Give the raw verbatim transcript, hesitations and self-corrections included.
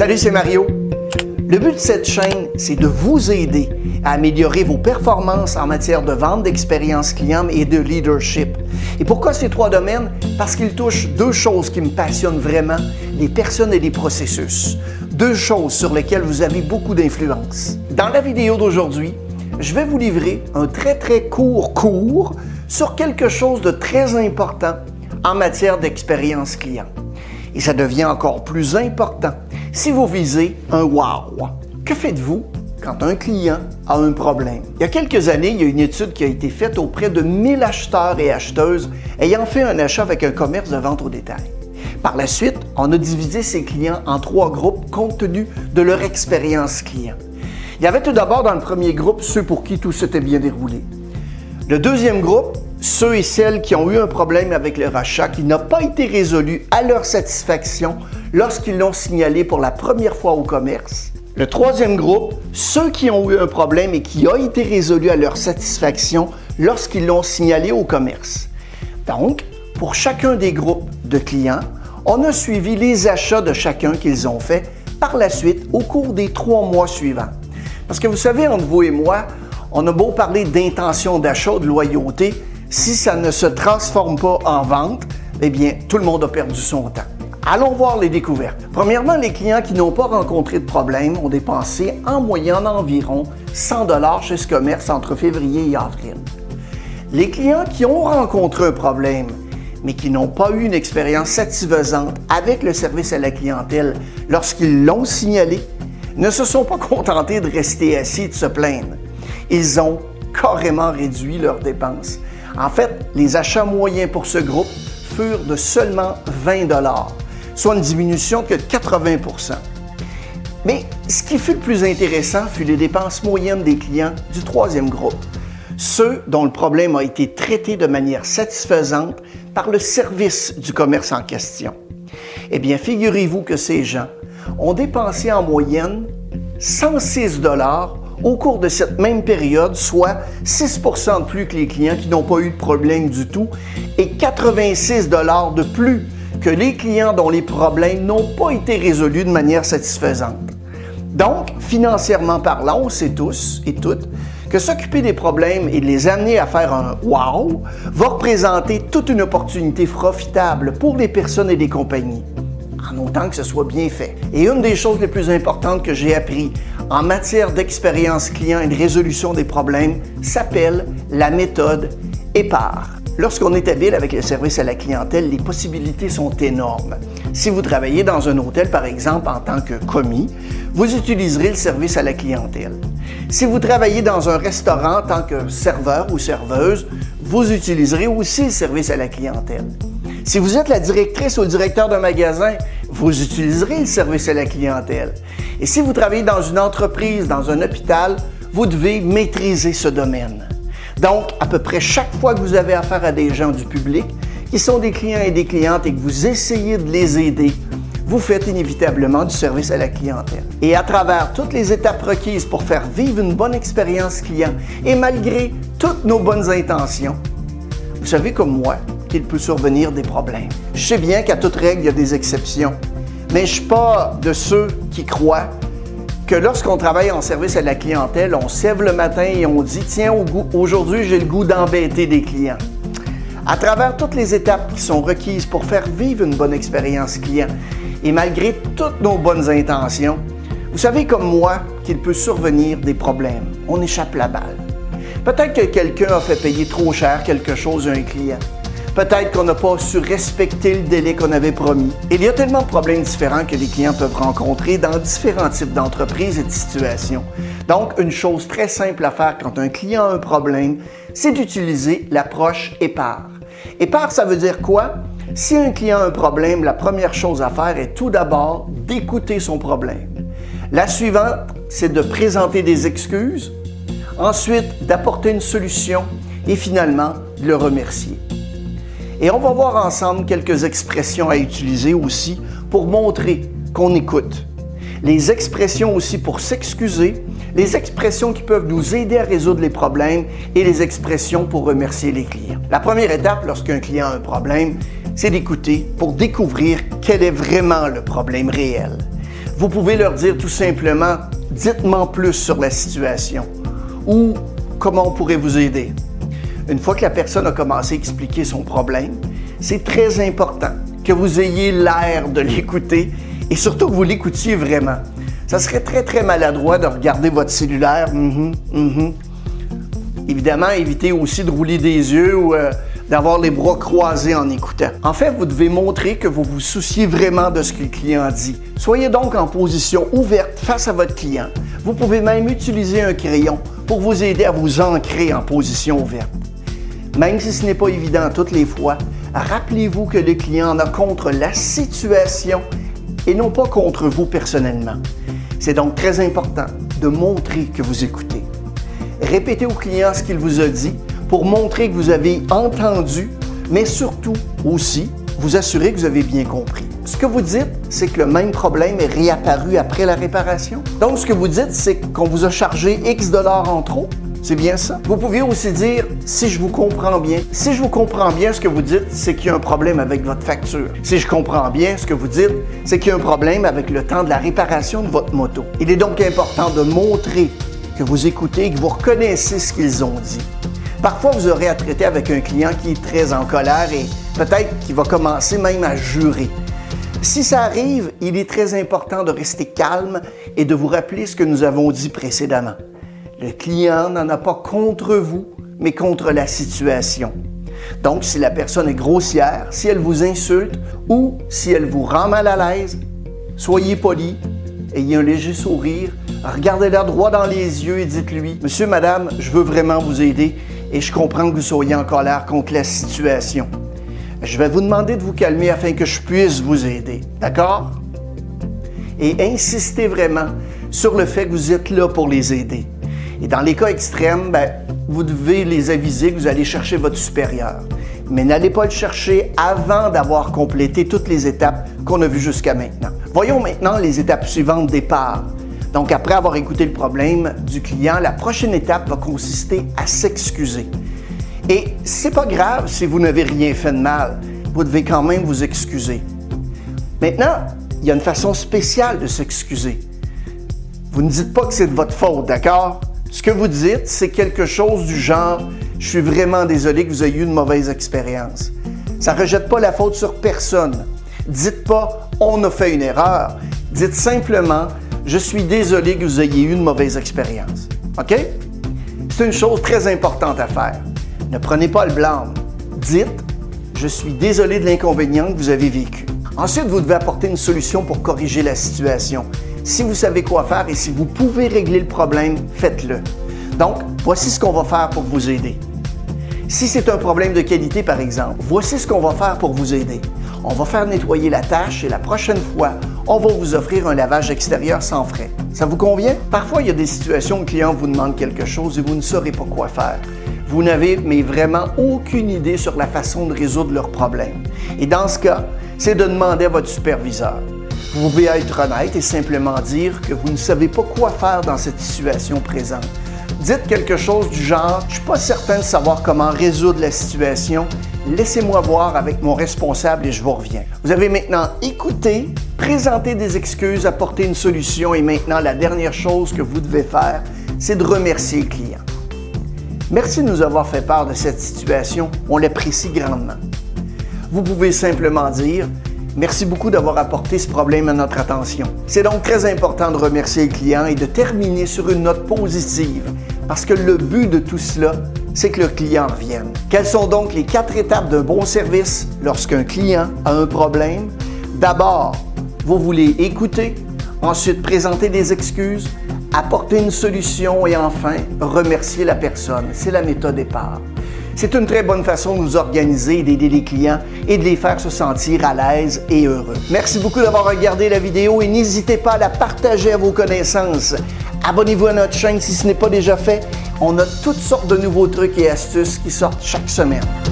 Salut, c'est Mario. Le but de cette chaîne, c'est de vous aider à améliorer vos performances en matière de vente, d'expérience client et de leadership. Et pourquoi ces trois domaines? Parce qu'ils touchent deux choses qui me passionnent vraiment, les personnes et les processus. Deux choses sur lesquelles vous avez beaucoup d'influence. Dans la vidéo d'aujourd'hui, je vais vous livrer un très très court cours sur quelque chose de très important en matière d'expérience client. Et ça devient encore plus important si vous visez un wow. Que faites-vous quand un client a un problème? Il y a quelques années, il y a une étude qui a été faite auprès de mille acheteurs et acheteuses ayant fait un achat avec un commerce de vente au détail. Par la suite, on a divisé ces clients en trois groupes compte tenu de leur expérience client. Il y avait tout d'abord dans le premier groupe ceux pour qui tout s'était bien déroulé. Le deuxième groupe, ceux et celles qui ont eu un problème avec leur achat qui n'a pas été résolu à leur satisfaction lorsqu'ils l'ont signalé pour la première fois au commerce. Le troisième groupe, ceux qui ont eu un problème et qui a été résolu à leur satisfaction lorsqu'ils l'ont signalé au commerce. Donc, pour chacun des groupes de clients, on a suivi les achats de chacun qu'ils ont fait par la suite au cours des trois mois suivants. Parce que vous savez, entre vous et moi, on a beau parler d'intention d'achat, de loyauté, si ça ne se transforme pas en vente, eh bien, tout le monde a perdu son temps. Allons voir les découvertes. Premièrement, les clients qui n'ont pas rencontré de problème ont dépensé en moyenne environ cent dollars chez ce commerce entre février et avril. Les clients qui ont rencontré un problème, mais qui n'ont pas eu une expérience satisfaisante avec le service à la clientèle lorsqu'ils l'ont signalé, ne se sont pas contentés de rester assis et de se plaindre. Ils ont carrément réduit leurs dépenses. En fait, les achats moyens pour ce groupe furent de seulement vingt dollars, soit une diminution que de quatre-vingts pour cent. Mais ce qui fut le plus intéressant fut les dépenses moyennes des clients du troisième groupe, ceux dont le problème a été traité de manière satisfaisante par le service du commerce en question. Eh bien, figurez-vous que ces gens ont dépensé en moyenne cent six dollars au cours de cette même période, soit six pour cent de plus que les clients qui n'ont pas eu de problème du tout et quatre-vingt-six dollars de plus que les clients dont les problèmes n'ont pas été résolus de manière satisfaisante. Donc, financièrement parlant, on sait tous et toutes que s'occuper des problèmes et de les amener à faire un « wow » va représenter toute une opportunité profitable pour les personnes et les compagnies, en autant que ce soit bien fait. Et une des choses les plus importantes que j'ai appris en matière d'expérience client et de résolution des problèmes s'appelle la méthode E P A R. Lorsqu'on est habile avec le service à la clientèle, les possibilités sont énormes. Si vous travaillez dans un hôtel, par exemple, en tant que commis, vous utiliserez le service à la clientèle. Si vous travaillez dans un restaurant en tant que serveur ou serveuse, vous utiliserez aussi le service à la clientèle. Si vous êtes la directrice ou le directeur d'un magasin, vous utiliserez le service à la clientèle. Et si vous travaillez dans une entreprise, dans un hôpital, vous devez maîtriser ce domaine. Donc, à peu près chaque fois que vous avez affaire à des gens du public, qui sont des clients et des clientes et que vous essayez de les aider, vous faites inévitablement du service à la clientèle. Et à travers toutes les étapes requises pour faire vivre une bonne expérience client et malgré toutes nos bonnes intentions, vous savez comme moi qu'il peut survenir des problèmes. Je sais bien qu'à toute règle, il y a des exceptions, mais je ne suis pas de ceux qui croient que lorsqu'on travaille en service à la clientèle, on se lève le matin et on dit « Tiens, aujourd'hui, j'ai le goût d'embêter des clients ». À travers toutes les étapes qui sont requises pour faire vivre une bonne expérience client et malgré toutes nos bonnes intentions, vous savez comme moi qu'il peut survenir des problèmes. On échappe la balle. Peut-être que quelqu'un a fait payer trop cher quelque chose à un client. Peut-être qu'on n'a pas su respecter le délai qu'on avait promis. Et il y a tellement de problèmes différents que les clients peuvent rencontrer dans différents types d'entreprises et de situations. Donc, une chose très simple à faire quand un client a un problème, c'est d'utiliser l'approche E P A R. E P A R, ça veut dire quoi? Si un client a un problème, la première chose à faire est tout d'abord d'écouter son problème. La suivante, c'est de présenter des excuses, ensuite d'apporter une solution et finalement de le remercier. Et on va voir ensemble quelques expressions à utiliser aussi pour montrer qu'on écoute. Les expressions aussi pour s'excuser, les expressions qui peuvent nous aider à résoudre les problèmes et les expressions pour remercier les clients. La première étape lorsqu'un client a un problème, c'est d'écouter pour découvrir quel est vraiment le problème réel. Vous pouvez leur dire tout simplement, dites-moi plus sur la situation ou comment on pourrait vous aider. Une fois que la personne a commencé à expliquer son problème, c'est très important que vous ayez l'air de l'écouter et surtout que vous l'écoutiez vraiment. Ça serait très, très maladroit de regarder votre cellulaire. Mm-hmm, mm-hmm. Évidemment, évitez aussi de rouler des yeux ou euh, d'avoir les bras croisés en écoutant. En fait, vous devez montrer que vous vous souciez vraiment de ce que le client dit. Soyez donc en position ouverte face à votre client. Vous pouvez même utiliser un crayon pour vous aider à vous ancrer en position ouverte. Même si ce n'est pas évident toutes les fois, rappelez-vous que le client en a contre la situation et non pas contre vous personnellement. C'est donc très important de montrer que vous écoutez. Répétez au client ce qu'il vous a dit pour montrer que vous avez entendu, mais surtout aussi vous assurer que vous avez bien compris. Ce que vous dites, c'est que le même problème est réapparu après la réparation. Donc, ce que vous dites, c'est qu'on vous a chargé X dollars en trop. C'est bien ça. Vous pouvez aussi dire, si je vous comprends bien, si je vous comprends bien, ce que vous dites, c'est qu'il y a un problème avec votre facture. Si je comprends bien, ce que vous dites, c'est qu'il y a un problème avec le temps de la réparation de votre moto. Il est donc important de montrer que vous écoutez et que vous reconnaissez ce qu'ils ont dit. Parfois, vous aurez à traiter avec un client qui est très en colère et peut-être qu'il va commencer même à jurer. Si ça arrive, il est très important de rester calme et de vous rappeler ce que nous avons dit précédemment. Le client n'en a pas contre vous, mais contre la situation. Donc, si la personne est grossière, si elle vous insulte ou si elle vous rend mal à l'aise, soyez poli, ayez un léger sourire, regardez-la droit dans les yeux et dites-lui « Monsieur, madame, je veux vraiment vous aider et je comprends que vous soyez en colère contre la situation. Je vais vous demander de vous calmer afin que je puisse vous aider. D'accord? » Et insistez vraiment sur le fait que vous êtes là pour les aider. Et dans les cas extrêmes, ben, vous devez les aviser que vous allez chercher votre supérieur. Mais n'allez pas le chercher avant d'avoir complété toutes les étapes qu'on a vues jusqu'à maintenant. Voyons maintenant les étapes suivantes des parts. Donc, après avoir écouté le problème du client, la prochaine étape va consister à s'excuser. Et c'est pas grave si vous n'avez rien fait de mal. Vous devez quand même vous excuser. Maintenant, il y a une façon spéciale de s'excuser. Vous ne dites pas que c'est de votre faute, d'accord? Ce que vous dites, c'est quelque chose du genre « Je suis vraiment désolé que vous ayez eu une mauvaise expérience ». Ça ne rejette pas la faute sur personne. Dites pas « On a fait une erreur ». Dites simplement « Je suis désolé que vous ayez eu une mauvaise expérience ». OK? C'est une chose très importante à faire. Ne prenez pas le blâme. Dites « Je suis désolé de l'inconvénient que vous avez vécu ». Ensuite, vous devez apporter une solution pour corriger la situation. Si vous savez quoi faire et si vous pouvez régler le problème, faites-le. Donc, voici ce qu'on va faire pour vous aider. Si c'est un problème de qualité, par exemple, voici ce qu'on va faire pour vous aider. On va faire nettoyer la tâche et la prochaine fois, on va vous offrir un lavage extérieur sans frais. Ça vous convient? Parfois, il y a des situations où le client vous demande quelque chose et vous ne saurez pas quoi faire. Vous n'avez mais vraiment aucune idée sur la façon de résoudre leur problème. Et dans ce cas, c'est de demander à votre superviseur. Vous pouvez être honnête et simplement dire que vous ne savez pas quoi faire dans cette situation présente. Dites quelque chose du genre « Je ne suis pas certain de savoir comment résoudre la situation. Laissez-moi voir avec mon responsable et je vous reviens. » Vous avez maintenant écouté, présenté des excuses, apporté une solution et maintenant la dernière chose que vous devez faire, c'est de remercier le client. Merci de nous avoir fait part de cette situation, on l'apprécie grandement. Vous pouvez simplement dire « Merci beaucoup d'avoir apporté ce problème à notre attention. » C'est donc très important de remercier le client et de terminer sur une note positive parce que le but de tout cela, c'est que le client revienne. Quelles sont donc les quatre étapes d'un bon service lorsqu'un client a un problème? D'abord, vous voulez écouter, ensuite présenter des excuses, apporter une solution et enfin remercier la personne. C'est la méthode départ. C'est une très bonne façon de nous organiser et d'aider les clients et de les faire se sentir à l'aise et heureux. Merci beaucoup d'avoir regardé la vidéo et n'hésitez pas à la partager à vos connaissances. Abonnez-vous à notre chaîne si ce n'est pas déjà fait. On a toutes sortes de nouveaux trucs et astuces qui sortent chaque semaine.